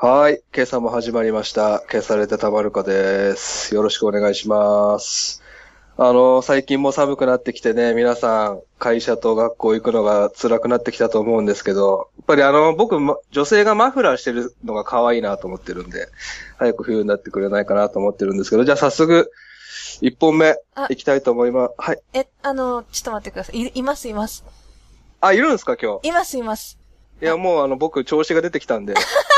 はい。今朝も始まりました。消されてたまるかです。よろしくお願いします。最近も寒くなってきてね、皆さん、会社と学校行くのが辛くなってきたと思うんですけど、やっぱり僕、女性がマフラーしてるのが可愛いなと思ってるんで、早く冬になってくれないかなと思ってるんですけど、じゃあ早速、一本目、行きたいと思います。はい。 ちょっと待ってください。います。 あ、いるんですか今日。 います。 いや、もう僕、調子が出てきたんで。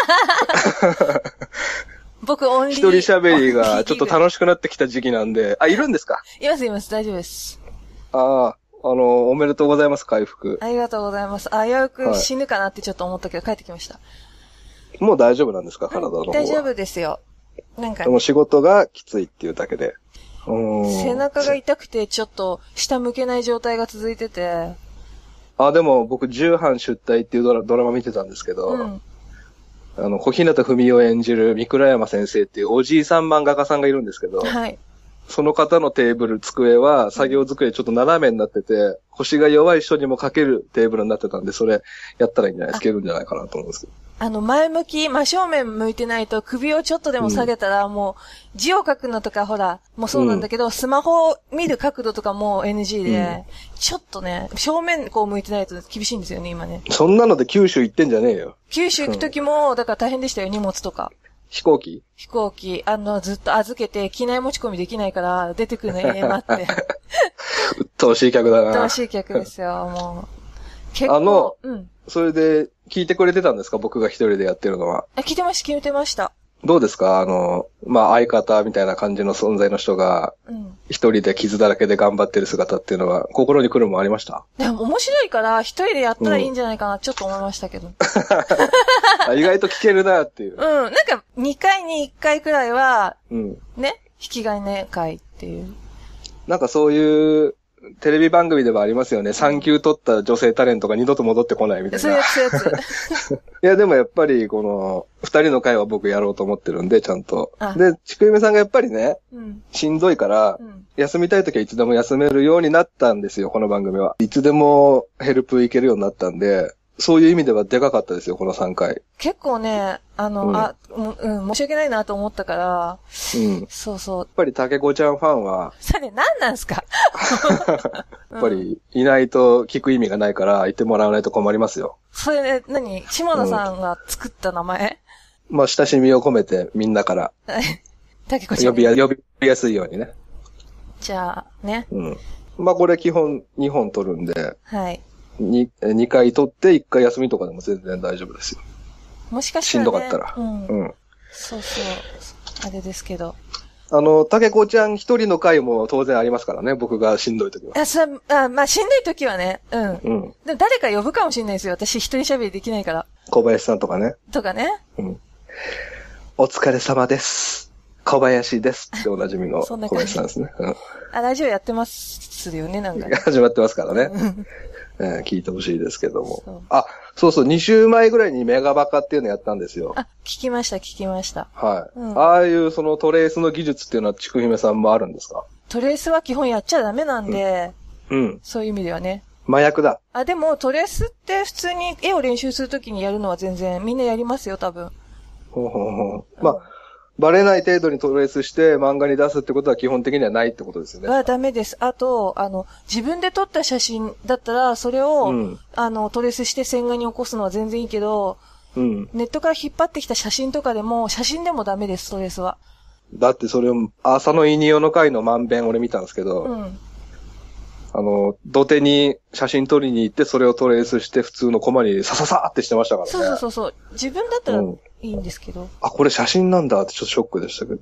僕、オンリー。 一人喋りがちょっと楽しくなってきた時期なんで。あ、いるんですか？ います。大丈夫です。 おめでとうございます、回復。 ありがとうございます。危うく死ぬかなってちょっと思ったけど、帰ってきました。 もう大丈夫なんですか、体の方は。 大丈夫ですよ。なんか、 でも仕事がきついっていうだけで。 背中が痛くて、ちょっと下向けない状態が続いてて。 でも僕、重版出退っていうドラマ見てたんですけど、小日向文世演じる三倉山先生っていうおじいさん漫画家さんがいるんですけど、 はい。 その方のテーブル、机は作業机ちょっと斜めになってて、腰が弱い人にもかけるテーブルになってたんで、それやったらいいんじゃないですか、いけるんじゃないかなと思うんですけど。 真正面向いてないと首をちょっとでも下げたら、もう字を書くのとかほら、もうそうなんだけど、スマホを見る角度とかも NG で、ちょっとね、正面こう向いてないと厳しいんですよね、今ね。 そんなので九州行ってんじゃねえよ。 九州行くときも、だから大変でしたよ、荷物とか。 飛行機、 ずっと預けて、機内持ち込みできないから、出てくるの待って。 うっとうしい客だな。 うっとうしい客ですよ、もう。結構、 それで聞いてくれてたんですか？僕が一人でやってるのは。 聞いてました。 どうですか？相方みたいな感じの存在の人が、一人で傷だらけで頑張ってる姿っていうのは、心に来るもんありました？ でも面白いから、一人でやったらいいんじゃないかな、ちょっと思いましたけど。 意外と聞けるなっていう。 なんか、2回に1回くらいは、ね、引き金会っていう。 なんかそういう、テレビ番組でもありますよね。産休取った女性タレントが二度と戻ってこないみたいな。 そういうやつ。 いや、でもやっぱり、二人の会は僕やろうと思ってるんで、ちゃんと。で、ちくゆめさんがやっぱりね、しんどいから、休みたい時はいつでも休めるようになったんですよ、この番組は。いつでもヘルプ行けるようになったんで、そういう意味ではでかかったですよ、この3回。 結構ね、申し訳ないなと思ったから、そうそう。 やっぱり竹子ちゃんファンは、 それ何なんすか？ やっぱり、いないと聞く意味がないから、言ってもらわないと困りますよ。 それね、下田さんが作った名前？ 親しみを込めてみんなから、 竹子ちゃん。 呼びやすいようにね。 じゃあ、ね。 これ基本2本取るんで、 はい。 2回取って1回休みとかでも全然大丈夫ですよ。 もしかしたら、ね、 しんどかったら。 そう。あれですけど。 竹子ちゃん一人の回も当然ありますからね、僕がしんどい時は。 しんどい時はね、でも誰か呼ぶかもしれないですよ。私一人喋りできないから。 小林さんとかね。お疲れ様です。小林ですっておなじみの小林さんですね。 ラジオやってますよね、なんか、ね。 始まってますからね。聞いてほしいですけども。そう、2週前ぐらいにメガバカっていうのやったんですよ。 聞きました。 はい。ああいうそのトレースの技術っていうのはちくひめさんもあるんですか？ トレースは基本やっちゃダメなんで、そういう意味ではね。 麻薬だ。 でもトレースって普通に絵を練習するときにやるのは全然みんなやりますよ、多分。 バレない程度にトレースして漫画に出すってことは基本的にはないってことですよね。 ダメです。あと、自分で撮った写真だったら、それを、トレースして線画に起こすのは全然いいけど、ネットから引っ張ってきた写真とかでも、写真でもダメです、トレースは。 だってそれを、浅野稲夫の回の万遍俺見たんですけど、土手に写真撮りに行って、それをトレースして普通のコマにサササーってしてましたからね。 そう。自分だったらいいんですけど。 これ写真なんだってちょっとショックでしたけど。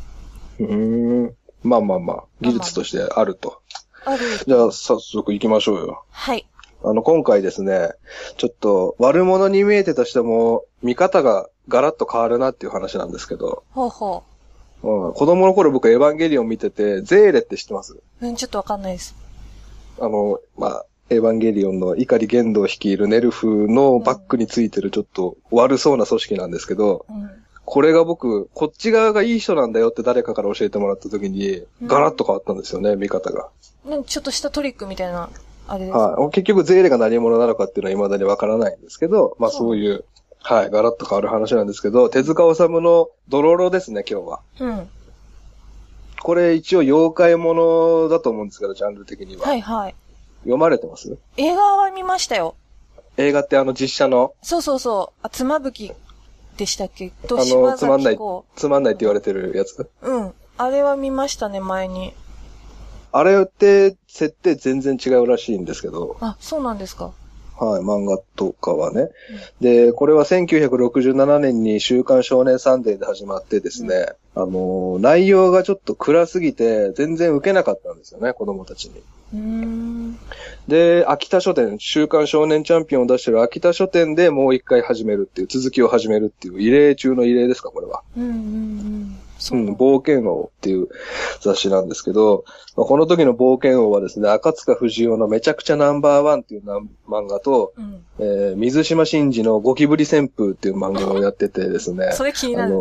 技術としてあると。じゃあ早速行きましょうよ。 はい。 今回ですね、ちょっと悪者に見えてた人も見方がガラッと変わるなっていう話なんですけど。 子供の頃僕エヴァンゲリオン見てて、ゼーレって知ってます？ ちょっとわかんないです。 エヴァンゲリオンの碇玄道率いるネルフのバックについてるちょっと悪そうな組織なんですけど、これが僕、こっち側がいい人なんだよって誰かから教えてもらった時に、ガラッと変わったんですよね、見方が。 ちょっとしたトリックみたいな、あれですか？ 結局ゼーレが何者なのかっていうのは未だにわからないんですけど、そういうはい、ガラッと変わる話なんですけど、手塚治虫のドロロですね、今日は。 うん。 これ一応妖怪ものだと思うんですけど、ジャンル的には。 はいはい。 読まれてます？ 映画は見ましたよ。 映画って実写の？ そうそうそう。妻夫木でしたっけとつまんないって言われてるやつ？ うん。あれは見ましたね、前に。 あれって設定全然違うらしいんですけど。 あ、そうなんですか。 はい、漫画とかはね。で、これは1967年に週刊少年サンデーで始まってですね、内容がちょっと暗すぎて全然受けなかったんですよね、子供たちに。で、秋田書店、週刊少年チャンピオンを出してる秋田書店でもう一回始めるっていう、続きを始めるっていう異例中の異例ですか、これは。冒険王っていう雑誌なんですけど、この時の冒険王はですね、赤塚不二夫のめちゃくちゃナンバーワンっていう漫画と、水島真司のゴキブリ旋風っていう漫画をやっててですね。 それ気になる。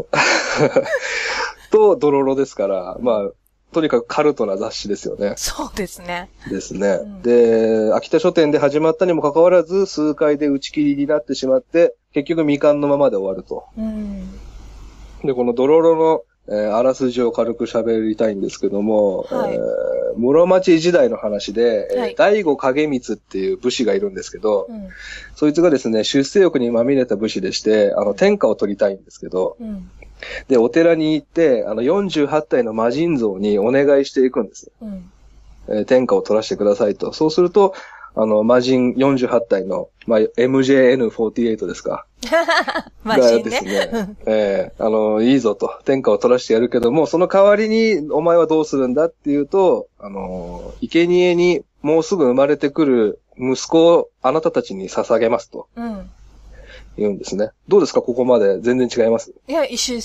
と、ドロロですから、まあ、とにかくカルトな雑誌ですよね。 そうですね。 ですね。で、秋田書店で始まったにもかかわらず、数回で打ち切りになってしまって、結局未完のままで終わると。で、このドロロの、あらすじを軽く喋りたいんですけども、はい、室町時代の話で、醍醐景光っていう武士がいるんですけど、そいつがですね、出世欲にまみれた武士でして、天下を取りたいんですけど、で、お寺に行って、48体の魔神像にお願いしていくんです。天下を取らせてくださいと。そうすると、魔人48体の、まあ、MJN48 ですか。 魔人ね。 がですね、いいぞと、天下を取らせてやるけども、その代わりに、お前はどうするんだっていうと、生贄にもうすぐ生まれてくる息子をあなたたちに捧げますと。言うんですね。どうですか、ここまで全然違います？ いや、一緒です。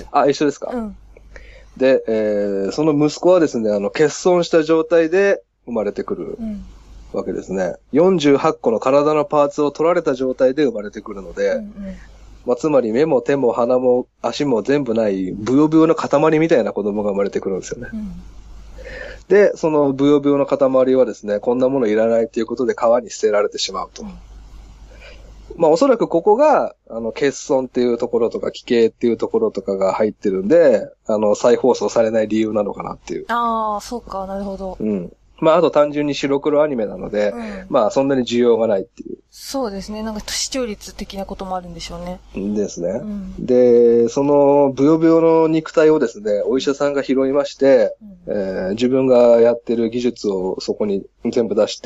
あ、一緒ですか。で、その息子はですね、欠損した状態で生まれてくる。わけですね。48個の体のパーツを取られた状態で生まれてくるので、まあ、つまり目も手も鼻も足も全部ないブヨブヨの塊みたいな子供が生まれてくるんですよね。で、そのブヨブヨの塊はですね、こんなものいらないということで川に捨てられてしまうと。まあおそらくここが、欠損っていうところとか奇形っていうところとかが入ってるんで、再放送されない理由なのかなっていう。 ああ、そうか、なるほど。 まあ、あと単純に白黒アニメなので、まあ、そんなに需要がないっていう。 そうですね。なんか、視聴率的なこともあるんでしょうね。 ですね。で、その、ブヨブヨの肉体をですね、お医者さんが拾いまして、自分がやってる技術をそこに全部出して、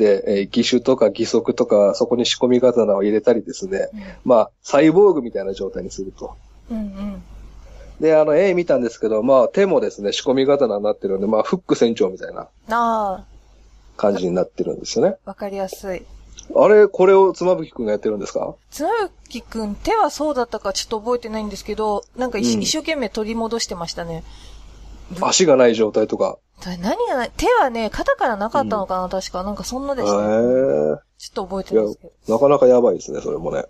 義手とか義足とか、そこに仕込み刀を入れたりですね、まあ、サイボーグみたいな状態にすると。で、絵見たんですけど、まあ、手もですね、仕込み刀になってるんで、まあ、フック船長みたいな。感じになってるんですよね。 わかりやすい。 あれ、これを妻夫木くんがやってるんですか？ 妻夫木くん、手はそうだったかちょっと覚えてないんですけど、なんか一生懸命取り戻してましたね。 足がない状態とか。 何がない、手はね、肩からなかったのかな、確か。なんかそんなでしたね。ちょっと覚えてないですけど。 なかなかやばいですね、それもね。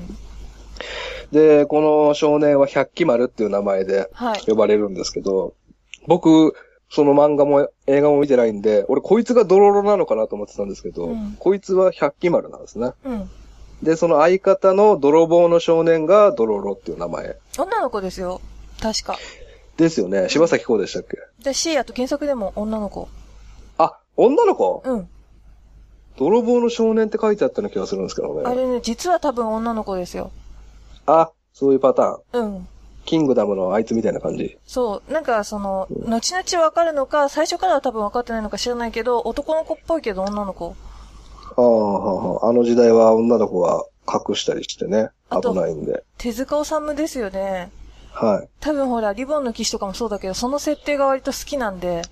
で、この少年は百鬼丸っていう名前で呼ばれるんですけど、僕、その漫画も映画も見てないんで、俺こいつがドロロなのかなと思ってたんですけど、こいつは百鬼丸なんですね。で、その相方の泥棒の少年がドロロっていう名前。 女の子ですよ。確か。 ですよね。柴咲コウでしたっけ？ あと原作でも女の子。 あ、女の子？泥棒の少年って書いてあったような気がするんですけどね。 あれね、実は多分女の子ですよ。 あ、そういうパターン。 キングダムのあいつみたいな感じ。 そう。なんか後々わかるのか、最初からは多分わかってないのか知らないけど、男の子っぽいけど女の子。 あの時代は女の子は隠したりしてね、危ないんで。 手塚治虫ですよね。 はい。 多分ほら、リボンの騎士とかもそうだけど、その設定が割と好きなんで。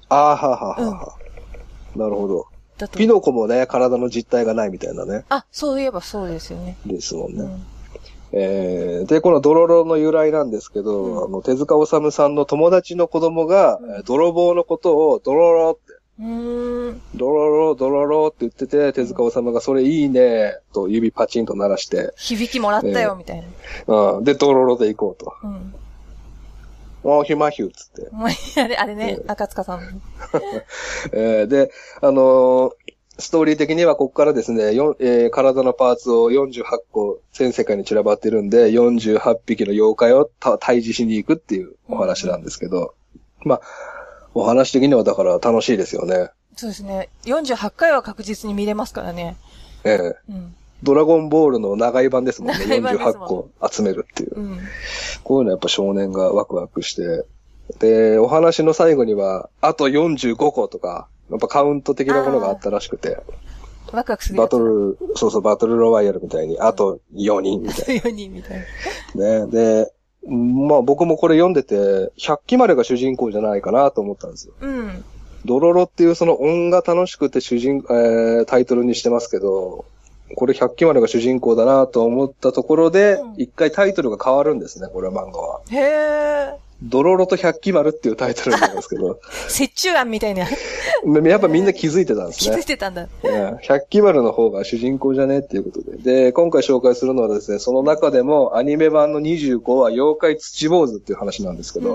なるほど。ピノコもね、体の実体がないみたいなね。 あ、そういえばそうですよね。 ですもんね。で、このドロロの由来なんですけど、手塚治虫さんの友達の子供が、泥棒のことをドロロって、ドロロって言ってて、手塚治虫がそれいいね、と指パチンと鳴らして。 響きもらったよ、みたいな。 で、ドロロで行こうと。ヒマヒューっつって。 あれね、赤塚さん。 で、 ストーリー的にはここからですね、体のパーツを48個全世界に散らばってるんで、48匹の妖怪を退治しに行くっていうお話なんですけど、まあ、お話的にはだから楽しいですよね。 そうですね。48回は確実に見れますからね。 ええ。うん、ドラゴンボールの長い版ですもんね。48個集めるっていう。うん、こういうのやっぱ少年がワクワクして、で、お話の最後には、あと45個とか、やっぱカウント的なものがあったらしくて。 ワクワクする。 バトルロワイヤルみたいに、あと4人みたいな。 4人みたいな。 ね、で、まあ僕もこれ読んでて、百鬼丸が主人公じゃないかなと思ったんですよ。うん。ドロロっていうその音が楽しくてタイトルにしてますけど、これ百鬼丸が主人公だなと思ったところで、一回タイトルが変わるんですね、これは漫画は。 へー。 ドロロと百鬼丸っていうタイトルなんですけど。 折衷案みたいな。 やっぱみんな気づいてたんですね。 気づいてたんだ。 百鬼丸の方が主人公じゃねっていうことで。で、今回紹介するのはですね、その中でもアニメ版の25は妖怪土坊主っていう話なんですけど、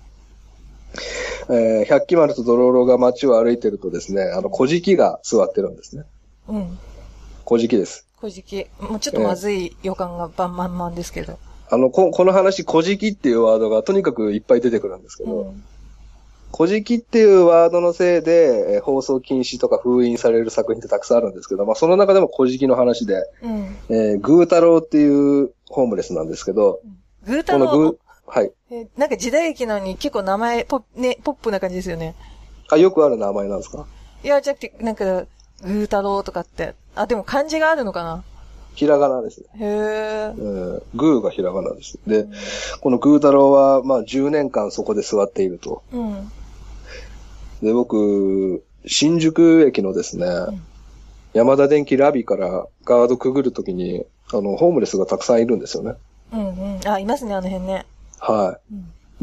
百鬼丸とドロロが街を歩いてるとですね、小敷が座ってるんですね。うん。小敷です。 小敷。もうちょっとまずい予感が満々ですけど。 この話、小敷っていうワードがとにかくいっぱい出てくるんですけど、小敷っていうワードのせいで、放送禁止とか封印される作品ってたくさんあるんですけど、まあその中でも小敷の話で、グー太郎っていうホームレスなんですけど、 グー太郎はい。 なんか時代劇なのに結構名前ポップな感じですよね。 あ、よくある名前なんですか？ いや、じゃなくて、なんか、グー太郎とかって。あ、でも漢字があるのかな？ ひらがなですね。 へー。 グーがひらがなです。で、このグー太郎は、まあ10年間そこで座っていると。うん。で、僕、新宿駅のですね、山田電機ラビからガードくぐるときに、ホームレスがたくさんいるんですよね。 うんうん。あ、いますね、あの辺ね。 はい。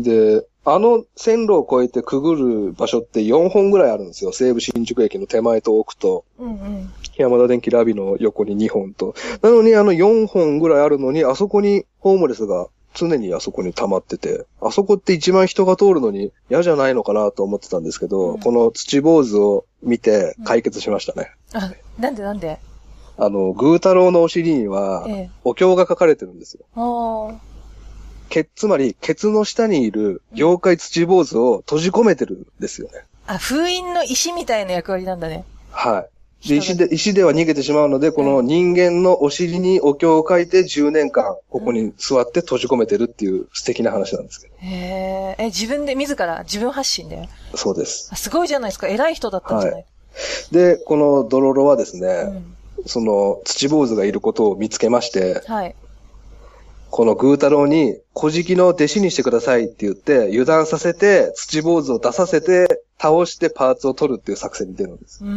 で、線路を越えてくぐる場所って4本ぐらいあるんですよ。西武新宿駅の手前と奥と、山田電機ラビの横に2本と。なのに4本ぐらいあるのに、あそこにホームレスが常にあそこに溜まってて、あそこって一番人が通るのに嫌じゃないのかなと思ってたんですけど、この土坊主を見て解決しましたね。 あ、なんでグー太郎のお尻には、お経が書かれてるんですよ。つまり、ケツの下にいる妖怪土坊主を閉じ込めてるんですよね。 あ、封印の石みたいな役割なんだね。 はい。で、石では逃げてしまうので、この人間のお尻にお経を書いて10年間、ここに座って閉じ込めてるっていう素敵な話なんですけど。 へー。自分発信で。 そうです。 すごいじゃないですか。偉い人だったんじゃない、はい、 で、このドロロはですね、その土坊主がいることを見つけまして、はい。このグー太郎に小敷の弟子にしてくださいって言って油断させて土坊主を出させて倒してパーツを取るっていう作戦に出るんです。うん。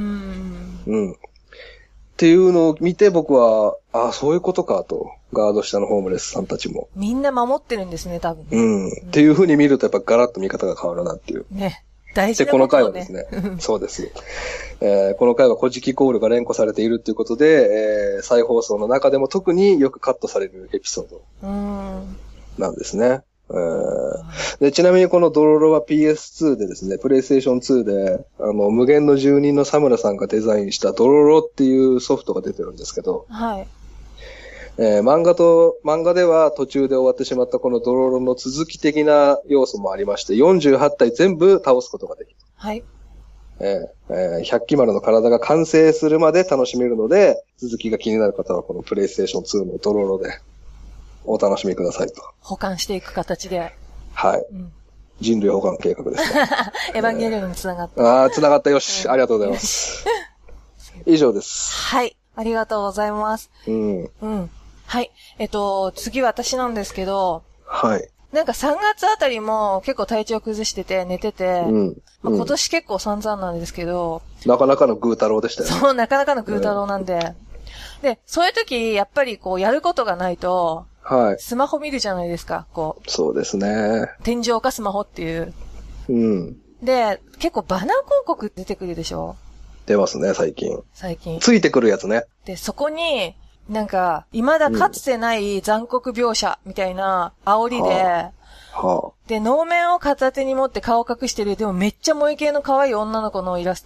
っていうのを見て僕は、ああ、そういうことかと。ガード下のホームレスさんたちも。 みんな守ってるんですね、多分、 ね。っていう風に見るとやっぱガラッと見方が変わるなっていう。 ね。大事なことね。 で、この回はですね、そうです。この回は古事記コールが連呼されているということで、再放送の中でも特によくカットされるエピソードなんですね。で、ちなみにこのドロロは PS2 でですね、プレイステーション2で、無限の住人のサムラさんがデザインしたドロロっていうソフトが出てるんですけど、はい。漫画では途中で終わってしまったこのドロロの続き的な要素もありまして、48体全部倒すことができる。はい。百鬼丸の体が完成するまで楽しめるので、続きが気になる方はこのプレイステーション2のドロロでお楽しみくださいと。 保管していく形で。 はい。人類保管計画ですね。 エヴァンゲリオンに繋がった。 繋がった。よし。ありがとうございます。以上です。 はい。ありがとうございます。はい。次私なんですけど。はい。なんか3月あたりも結構体調崩してて寝てて、今年結構散々なんですけど。 なかなかのグー太郎でしたよね。 そう、なかなかのグー太郎なんで。で、そういう時、やっぱりこうやることがないと、はい。スマホ見るじゃないですか、こう。 そうですね。 天井かスマホっていう。で、結構バナー広告出てくるでしょ？ 出ますね、最近。ついてくるやつね。 で、そこに、なんか、未だかつてない残酷描写みたいな煽りで、で、能面を片手に持って顔隠してる、でもめっちゃ萌え系の可愛い女の子のイラスト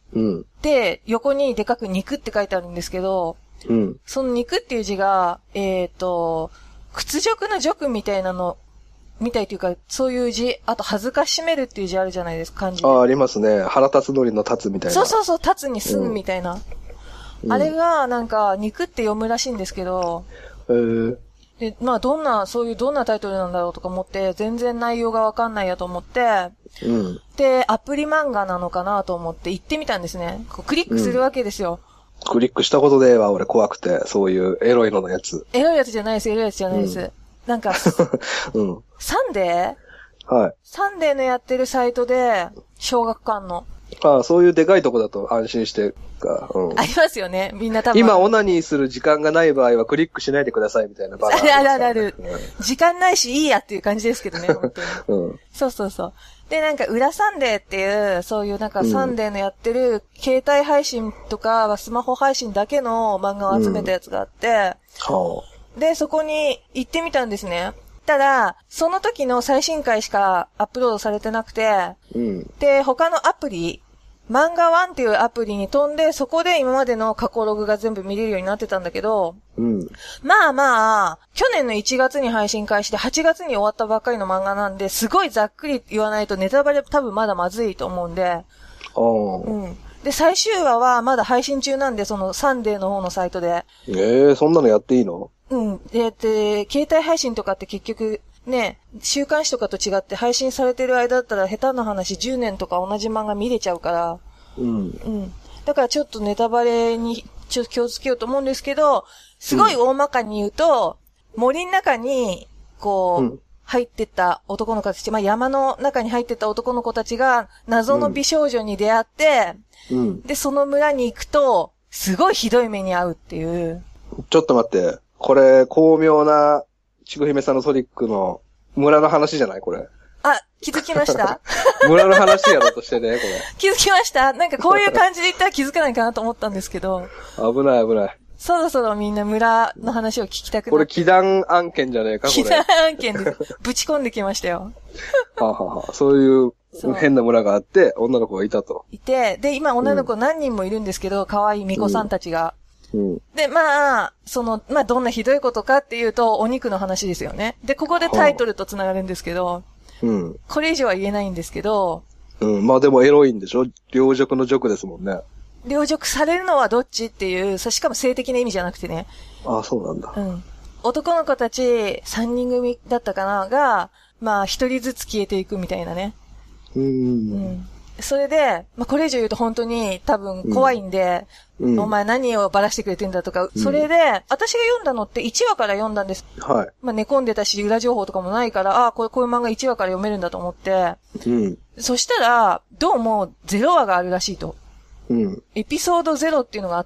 うん。 で、横にでかく肉って書いてあるんですけど、 うん。 その肉っていう字が、屈辱の辱みたいなの、みたいというか、そういう字、あと恥ずかしめるっていう字あるじゃないですか、漢字で。 ありますね。腹立つのりの立つみたいな。 そうそうそう、立つにすんみたいな。あれが、なんか、肉って読むらしいんですけど、で、まあ、どんなタイトルなんだろうとか思って、全然内容がわかんないやと思って、で、アプリ漫画なのかなと思って行ってみたんですね。クリックするわけですよ。 クリックしたことでは俺怖くて、そういうエロいののやつ。 エロいやつじゃないです。なんか、サンデーはい。サンデーのやってるサイトで、小学館の。 そういうでかいとこだと安心してか。 ありますよね。みんな多分。 今オナニーする時間がない場合はクリックしないでくださいみたいなバーある。時間ないしいいやっていう感じですけどね、本当に。そう。で、なんか、裏サンデーっていう、そういうなんかサンデーのやってる、携帯配信とか、スマホ配信だけの漫画を集めたやつがあって、で、そこに行ってみたんですね。ただ、その時の最新回しかアップロードされてなくて、で、他のアプリ、漫画ワンっていうアプリに飛んで、そこで今までの過去ログが全部見れるようになってたんだけど、まあ、去年の1月に配信開始で8月に終わったばっかりの漫画なんで、すごいざっくり言わないとネタバレ多分まだまずいと思うんで、で、最終話はまだ配信中なんで、そのサンデーの方のサイトで。 そんなのやっていいの？ で、携帯配信とかって結局、ね、週刊誌とかと違って配信されてる間だったら下手な話10年とか同じ漫画見れちゃうから。だからちょっとネタバレにちょっと気をつけようと思うんですけど、すごい大まかに言うと、森の中に、入ってった男の子たち、山の中に入ってった男の子たちが謎の美少女に出会って、で、その村に行くと、すごいひどい目に遭うっていう。 ちょっと待って。これ、巧妙な、ちぐひめさんのソニックの村の話じゃないこれ。 気づきました村の話やろとしてね、これ。 気づきましたなんかこういう感じで言ったら気づかないかなと思ったんですけど。 危ない。 そろそろみんな村の話を聞きたくなって。 これ、祈願案件じゃねえかこれ。 祈願案件です。ぶち込んできましたよ。 そういう変な村があって、女の子がいたと。 いて、で、今女の子何人もいるんですけど、可愛い巫女さんたちが。で、どんなひどいことかっていうと、お肉の話ですよね。で、ここでタイトルと繋がるんですけど、これ以上は言えないんですけど、 でもエロいんでしょ？両辱の辱ですもんね。 両辱されるのはどっちっていう、しかも性的な意味じゃなくてね。 そうなんだ。 男の子たち3人組だったかなが、1人ずつ消えていくみたいなね。それで、これ以上言うと本当に多分怖いんで、お前何をばらしてくれてんだとか、それで、私が読んだのって1話から読んだんです。寝込んでたし、裏情報とかもないから、こういう漫画1話から読めるんだと思って、そしたら、どうも0話があるらしいと。エピソード0っていうのがあって、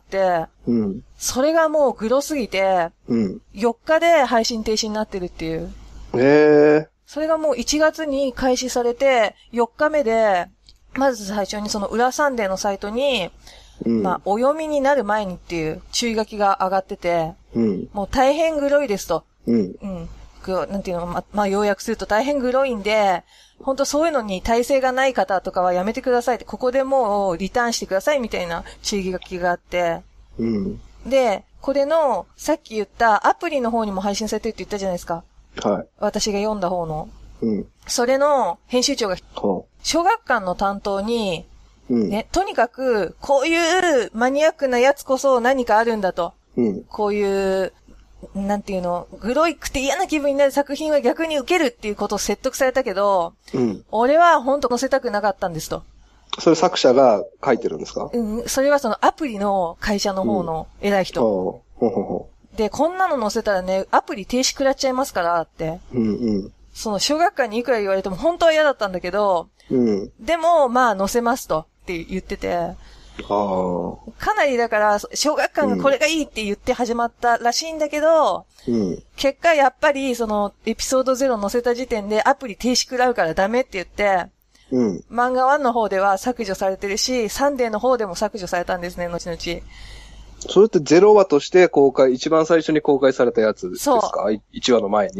それがもうグロすぎて、4日で配信停止になってるっていう。それがもう1月に開始されて、4日目で、まず最初にその裏サンデーのサイトに、お読みになる前にっていう注意書きが上がってて、もう大変グロいですと。なんていうの、要約すると大変グロいんで、本当そういうのに耐性がない方とかはやめてくださいって、ここでもうリターンしてくださいみたいな注意書きがあって、で、これの、さっき言ったアプリの方にも配信されてるって言ったじゃないですか。私が読んだ方の。それの編集長が、小学館の担当に、とにかく、こういうマニアックなやつこそ何かあるんだと。こういう、なんていうの、グロいくて嫌な気分になる作品は逆に受けるっていうことを説得されたけど、俺は本当載せたくなかったんですと。 それ作者が書いてるんですか？ それはそのアプリの会社の方の偉い人。で、こんなの載せたらね、アプリ停止食らっちゃいますからって。その小学館にいくら言われても本当は嫌だったんだけど、でも載せますとって言ってて、かなりだから、小学館がこれがいいって言って始まったらしいんだけど、結果やっぱりそのエピソード0載せた時点でアプリ停止食らうからダメって言って、漫画1の方では削除されてるし、サンデーの方でも削除されたんですね、後々。 それって0話として一番最初に公開されたやつですか？ 1 話の前に、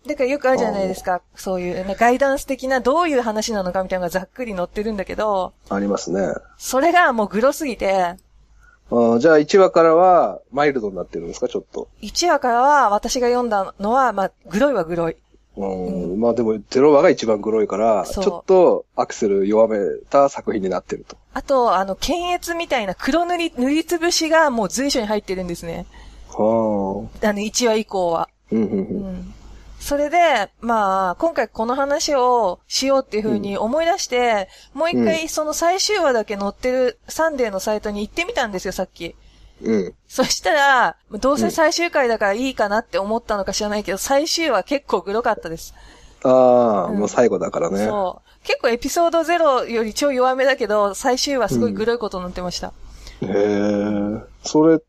だからよくあるじゃないですか。そういう、ね、ガイダンス的などういう話なのかみたいなのがざっくり載ってるんだけど。 ありますね。 それがもうグロすぎて。 じゃあ1話からはマイルドになってるんですか、ちょっと。 1話からは私が読んだのは、まあ、グロいはグロい。 まあでも0話が一番グロいから、ちょっとアクセル弱めた作品になってると。 あと、検閲みたいな黒塗りつぶしがもう随所に入ってるんですね。1話以降は。それで、まあ、今回この話をしようっていう風に思い出して、もう一回その最終話だけ載ってるサンデーのサイトに行ってみたんですよ、さっき。そしたら、どうせ最終回だからいいかなって思ったのか知らないけど、最終話結構グロかったです。 もう最後だからね。 そう。結構エピソード0より超弱めだけど、最終話すごいグロいことになってました。 それって、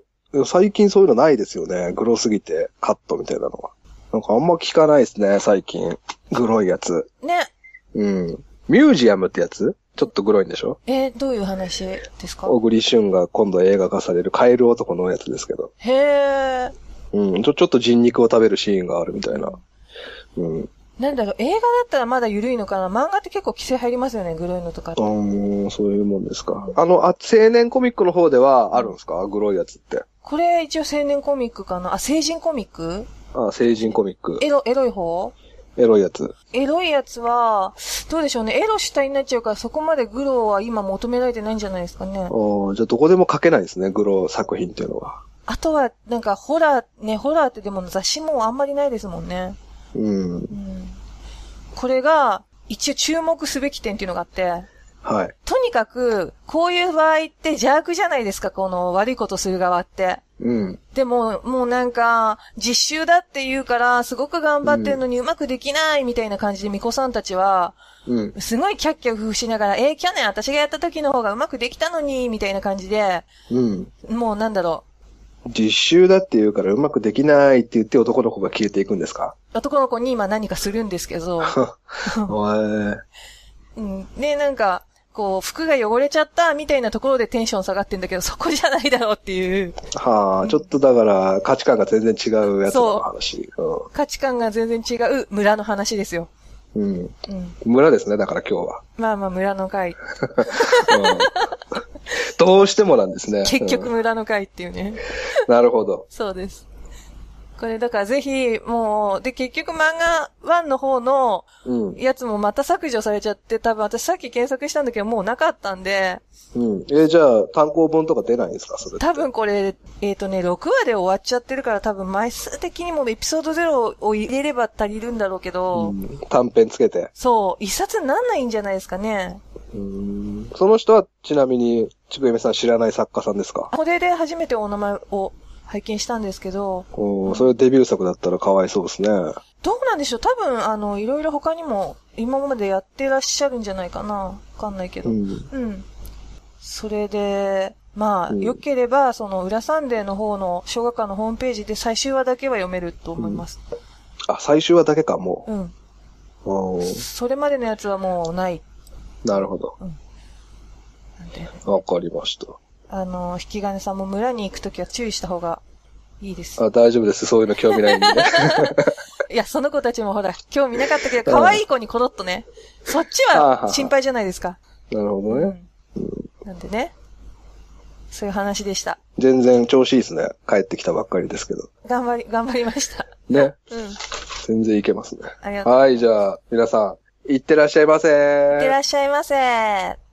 最近そういうのないですよね。グロすぎてカットみたいなのは。なんかあんま聞かないですね、最近。グロいやつ。 ね。 ミュージアムってやつちょっとグロいんでしょ？ どういう話ですか？ 小栗旬が今度映画化されるカエル男のやつですけど。 へー。ちょっと人肉を食べるシーンがあるみたいな。 なんだろう、映画だったらまだ緩いのかな？漫画って結構規制入りますよね、グロいのとかって。 そういうもんですか。青年コミックの方ではあるんですか？グロいやつって。 これ一応青年コミックかな？成人コミック？ 成人コミック。 エロい方？ エロいやつ。 エロいやつは、どうでしょうね。エロ主体になっちゃうからそこまでグロは今求められてないんじゃないですかね。 じゃあどこでも書けないですね、グロ作品っていうのは。 あとは、なんかホラーってでも雑誌もあんまりないですもんね。これが、一応注目すべき点っていうのがあって、 はい。 とにかく、こういう場合って邪悪じゃないですか、この悪いことする側って。でも、もうなんか、実習だって言うから、すごく頑張ってるのにうまくできないみたいな感じで、巫女さんたちは、すごいキャッキャ夫婦しながら、去年私がやった時の方がうまくできたのに、みたいな感じで、もうなんだろう。実習だって言うからうまくできないって言って男の子が消えていくんですか？ 男の子に今何かするんですけど。で、なんか、こう、服が汚れちゃったみたいなところでテンション下がってんだけど、そこじゃないだろうっていう。 ちょっとだから価値観が全然違うやつの話。 価値観が全然違う村の話ですよ。 村ですね、だから今日は。 まあまあ村の会。 どうしてもなんですね。 結局村の会っていうね。 なるほど。 そうです。これだからぜひ、もう、で結局漫画1の方のやつもまた削除されちゃって、多分私さっき検索したんだけどもうなかったんで。 じゃあ単行本とか出ないんですか、それ。 多分これ、6話で終わっちゃってるから多分枚数的にもエピソード0を入れれば足りるんだろうけど。 短編つけて。 そう、一冊になんないんじゃないですかね。 その人はちなみに、ちくえめさん知らない作家さんですか？ これで初めてお名前を拝見したんですけど。 それデビュー作だったらかわいそうですね。どうなんでしょう？多分、いろいろ他にも今までやってらっしゃるんじゃないかな。わかんないけど。それで、まあ、良ければ、その、裏サンデーの方の、小学館のホームページで最終話だけは読めると思います。 最終話だけか、もう。それまでのやつはもうない。 なるほど。わかりました。 引き金さんも村に行くときは注意した方がいいです。 大丈夫です。そういうの興味ないんでね。 いや、その子たちもほら、興味なかったけど、可愛い子にコロッとね。そっちは心配じゃないですか。 なるほどね。 なんでね。そういう話でした。 全然調子いいですね。帰ってきたばっかりですけど。 頑張りました。 ね。全然いけますね。 ありがとう。 はい、じゃあ、皆さん、いってらっしゃいませ。 いってらっしゃいませ。